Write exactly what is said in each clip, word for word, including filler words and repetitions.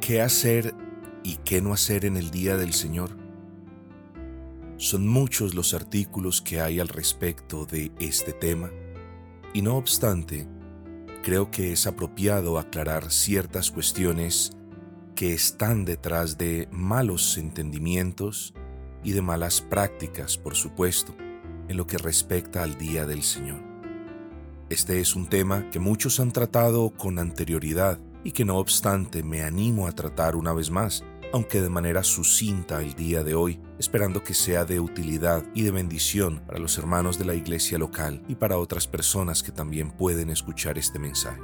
¿Qué hacer y qué no hacer en el día del Señor? Son muchos los artículos que hay al respecto de este tema, y no obstante, creo que es apropiado aclarar ciertas cuestiones que están detrás de malos entendimientos y de malas prácticas, por supuesto, en lo que respecta al día del Señor. Este es un tema que muchos han tratado con anterioridad y que no obstante me animo a tratar una vez más, aunque de manera sucinta el día de hoy, esperando que sea de utilidad y de bendición para los hermanos de la iglesia local y para otras personas que también pueden escuchar este mensaje.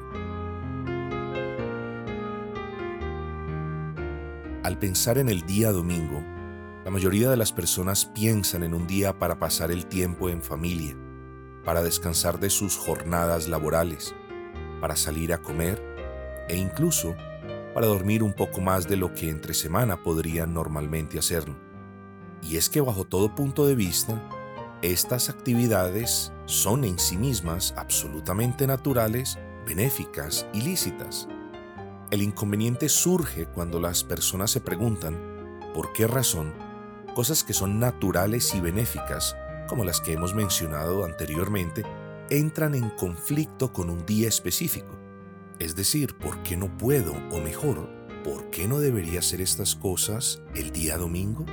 Al pensar en el día domingo, la mayoría de las personas piensan en un día para pasar el tiempo en familia, para descansar de sus jornadas laborales, para salir a comer e incluso para dormir un poco más de lo que entre semana podrían normalmente hacerlo. Y es que bajo todo punto de vista, estas actividades son en sí mismas absolutamente naturales, benéficas y lícitas. El inconveniente surge cuando las personas se preguntan por qué razón cosas que son naturales y benéficas, como las que hemos mencionado anteriormente, entran en conflicto con un día específico. Es decir, ¿por qué no puedo? O mejor, ¿por qué no debería hacer estas cosas el día domingo?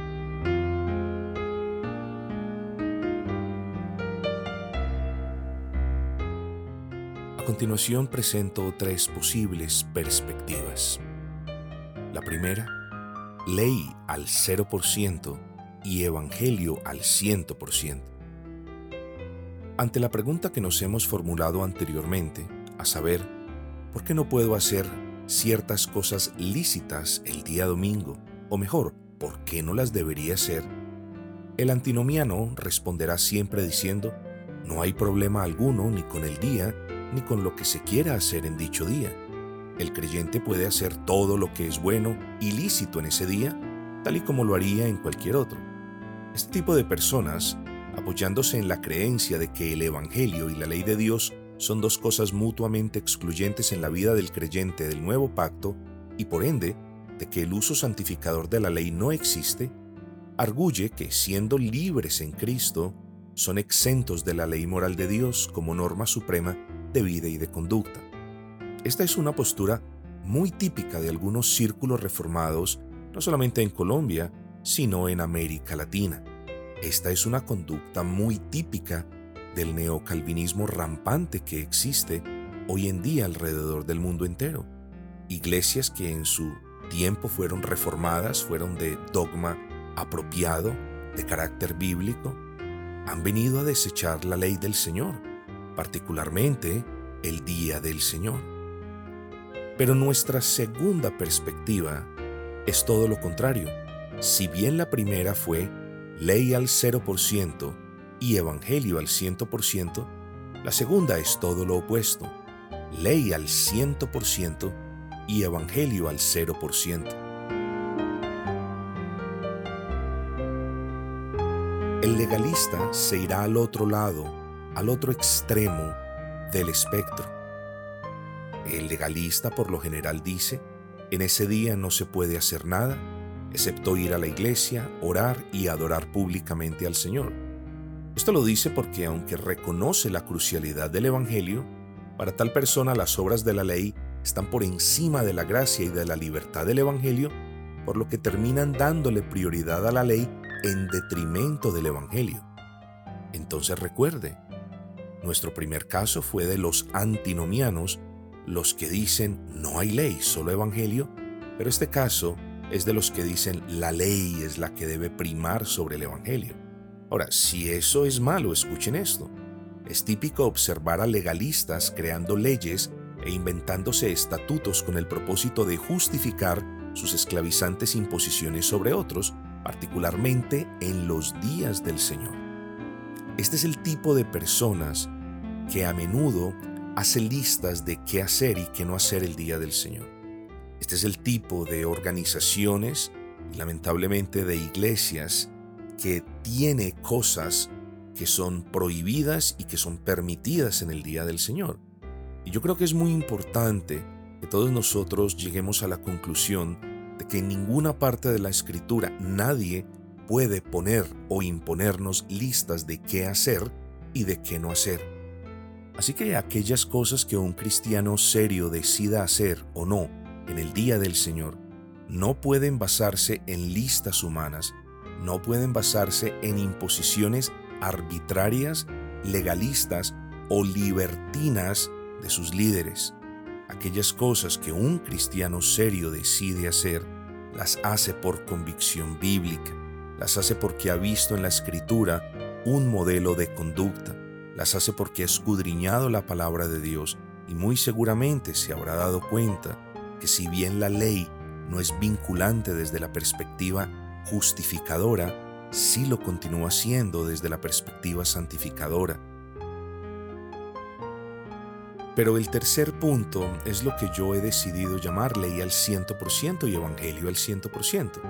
A continuación presento tres posibles perspectivas. La primera, ley al cero por ciento y evangelio al cien por ciento. Ante la pregunta que nos hemos formulado anteriormente, a saber, ¿por qué no puedo hacer ciertas cosas lícitas el día domingo? O mejor, ¿por qué no las debería hacer? El antinomiano responderá siempre diciendo, no hay problema alguno ni con el día, ni con lo que se quiera hacer en dicho día. El creyente puede hacer todo lo que es bueno y lícito en ese día, tal y como lo haría en cualquier otro. Este tipo de personas, apoyándose en la creencia de que el Evangelio y la ley de Dios son dos cosas mutuamente excluyentes en la vida del creyente del nuevo pacto y por ende de que el uso santificador de la ley no existe, arguye que siendo libres en Cristo son exentos de la ley moral de Dios como norma suprema de vida y de conducta. Esta es una postura muy típica de algunos círculos reformados, no solamente en Colombia, sino en América Latina. Esta es una conducta muy típica del neocalvinismo rampante que existe hoy en día alrededor del mundo entero. Iglesias que en su tiempo fueron reformadas, fueron de dogma apropiado, de carácter bíblico, han venido a desechar la ley del Señor, particularmente el día del Señor. Pero nuestra segunda perspectiva es todo lo contrario. Si bien la primera fue ley al cero por ciento y evangelio al cien por ciento, la segunda es todo lo opuesto, ley al cien por ciento y evangelio al cero por ciento. El legalista se irá al otro lado, al otro extremo del espectro. El legalista por lo general dice, en ese día no se puede hacer nada, excepto ir a la iglesia, orar y adorar públicamente al Señor. Esto lo dice porque aunque reconoce la crucialidad del Evangelio, para tal persona las obras de la ley están por encima de la gracia y de la libertad del Evangelio, por lo que terminan dándole prioridad a la ley en detrimento del Evangelio. Entonces recuerde, nuestro primer caso fue de los antinomianos, los que dicen no hay ley, solo Evangelio, pero este caso es de los que dicen la ley es la que debe primar sobre el Evangelio. Ahora, si eso es malo, escuchen esto. Es típico observar a legalistas creando leyes e inventándose estatutos con el propósito de justificar sus esclavizantes imposiciones sobre otros, particularmente en los días del Señor. Este es el tipo de personas que a menudo hace listas de qué hacer y qué no hacer el día del Señor. Este es el tipo de organizaciones y lamentablemente de iglesias que tiene cosas que son prohibidas y que son permitidas en el día del Señor. Y yo creo que es muy importante que todos nosotros lleguemos a la conclusión de que en ninguna parte de la Escritura nadie puede poner o imponernos listas de qué hacer y de qué no hacer. Así que aquellas cosas que un cristiano serio decida hacer o no en el día del Señor no pueden basarse en listas humanas, no pueden basarse en imposiciones arbitrarias, legalistas o libertinas de sus líderes. Aquellas cosas que un cristiano serio decide hacer, las hace por convicción bíblica, las hace porque ha visto en la Escritura un modelo de conducta, las hace porque ha escudriñado la palabra de Dios y muy seguramente se habrá dado cuenta que si bien la ley no es vinculante desde la perspectiva justificadora, sí lo continúa siendo desde la perspectiva santificadora. Pero el tercer punto es lo que yo he decidido llamar ley al ciento por ciento y evangelio al ciento por ciento.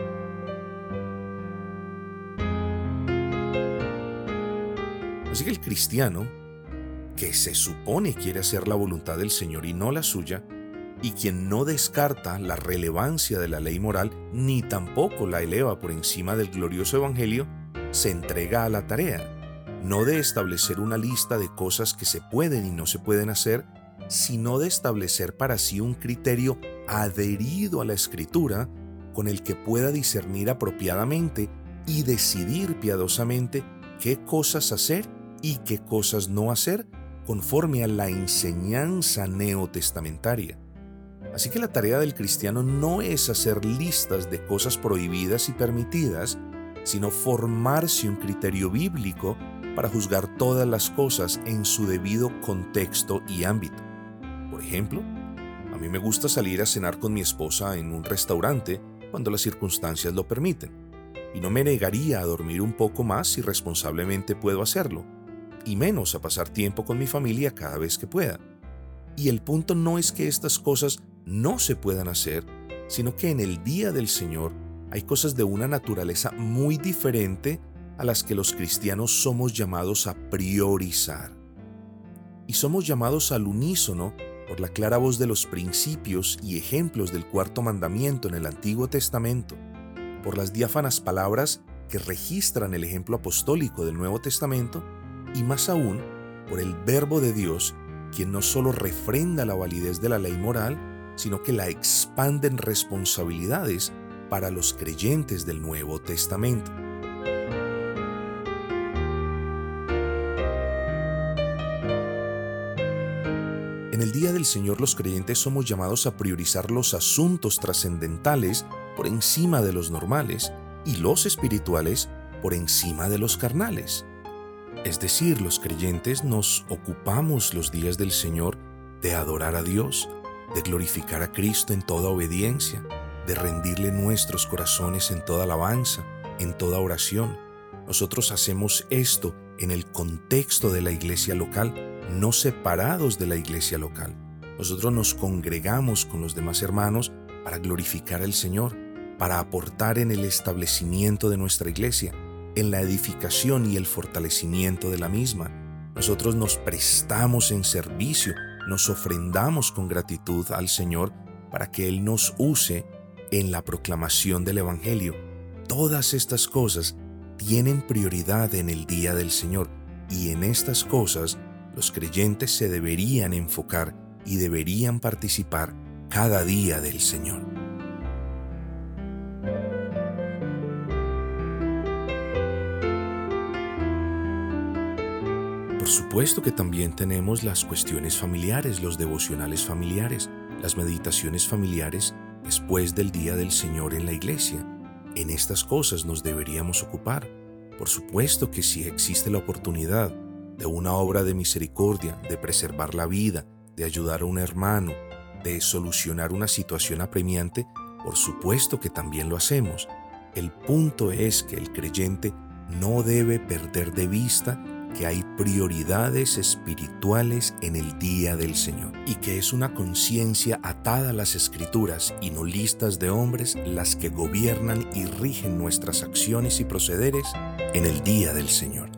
Así que el cristiano, que se supone quiere hacer la voluntad del Señor y no la suya, y quien no descarta la relevancia de la ley moral, ni tampoco la eleva por encima del glorioso evangelio, se entrega a la tarea, no de establecer una lista de cosas que se pueden y no se pueden hacer, sino de establecer para sí un criterio adherido a la Escritura con el que pueda discernir apropiadamente y decidir piadosamente qué cosas hacer y qué cosas no hacer conforme a la enseñanza neotestamentaria. Así que la tarea del cristiano no es hacer listas de cosas prohibidas y permitidas, sino formarse un criterio bíblico para juzgar todas las cosas en su debido contexto y ámbito. Por ejemplo, a mí me gusta salir a cenar con mi esposa en un restaurante cuando las circunstancias lo permiten, y no me negaría a dormir un poco más si responsablemente puedo hacerlo, y menos a pasar tiempo con mi familia cada vez que pueda. Y el punto no es que estas cosas no se puedan hacer, sino que en el día del Señor hay cosas de una naturaleza muy diferente a las que los cristianos somos llamados a priorizar. Y somos llamados al unísono por la clara voz de los principios y ejemplos del cuarto mandamiento en el Antiguo Testamento, por las diáfanas palabras que registran el ejemplo apostólico del Nuevo Testamento, y más aún por el Verbo de Dios, quien no solo refrenda la validez de la ley moral, sino que la expande en responsabilidades para los creyentes del Nuevo Testamento. En el día del Señor, los creyentes somos llamados a priorizar los asuntos trascendentales por encima de los normales y los espirituales por encima de los carnales. Es decir, los creyentes nos ocupamos los días del Señor de adorar a Dios, de glorificar a Cristo en toda obediencia, de rendirle nuestros corazones en toda alabanza, en toda oración. Nosotros hacemos esto en el contexto de la iglesia local, no separados de la iglesia local. Nosotros nos congregamos con los demás hermanos para glorificar al Señor, para aportar en el establecimiento de nuestra iglesia, en la edificación y el fortalecimiento de la misma. Nosotros nos prestamos en servicio, nos ofrendamos con gratitud al Señor para que Él nos use en la proclamación del Evangelio. Todas estas cosas tienen prioridad en el día del Señor, y en estas cosas los creyentes se deberían enfocar y deberían participar cada día del Señor. Por supuesto que también tenemos las cuestiones familiares, los devocionales familiares, las meditaciones familiares después del día del Señor en la iglesia. En estas cosas nos deberíamos ocupar. Por supuesto que si existe la oportunidad de una obra de misericordia, de preservar la vida, de ayudar a un hermano, de solucionar una situación apremiante, por supuesto que también lo hacemos. El punto es que el creyente no debe perder de vista que hay prioridades espirituales en el día del Señor y que es una conciencia atada a las Escrituras y no listas de hombres las que gobiernan y rigen nuestras acciones y procederes en el día del Señor.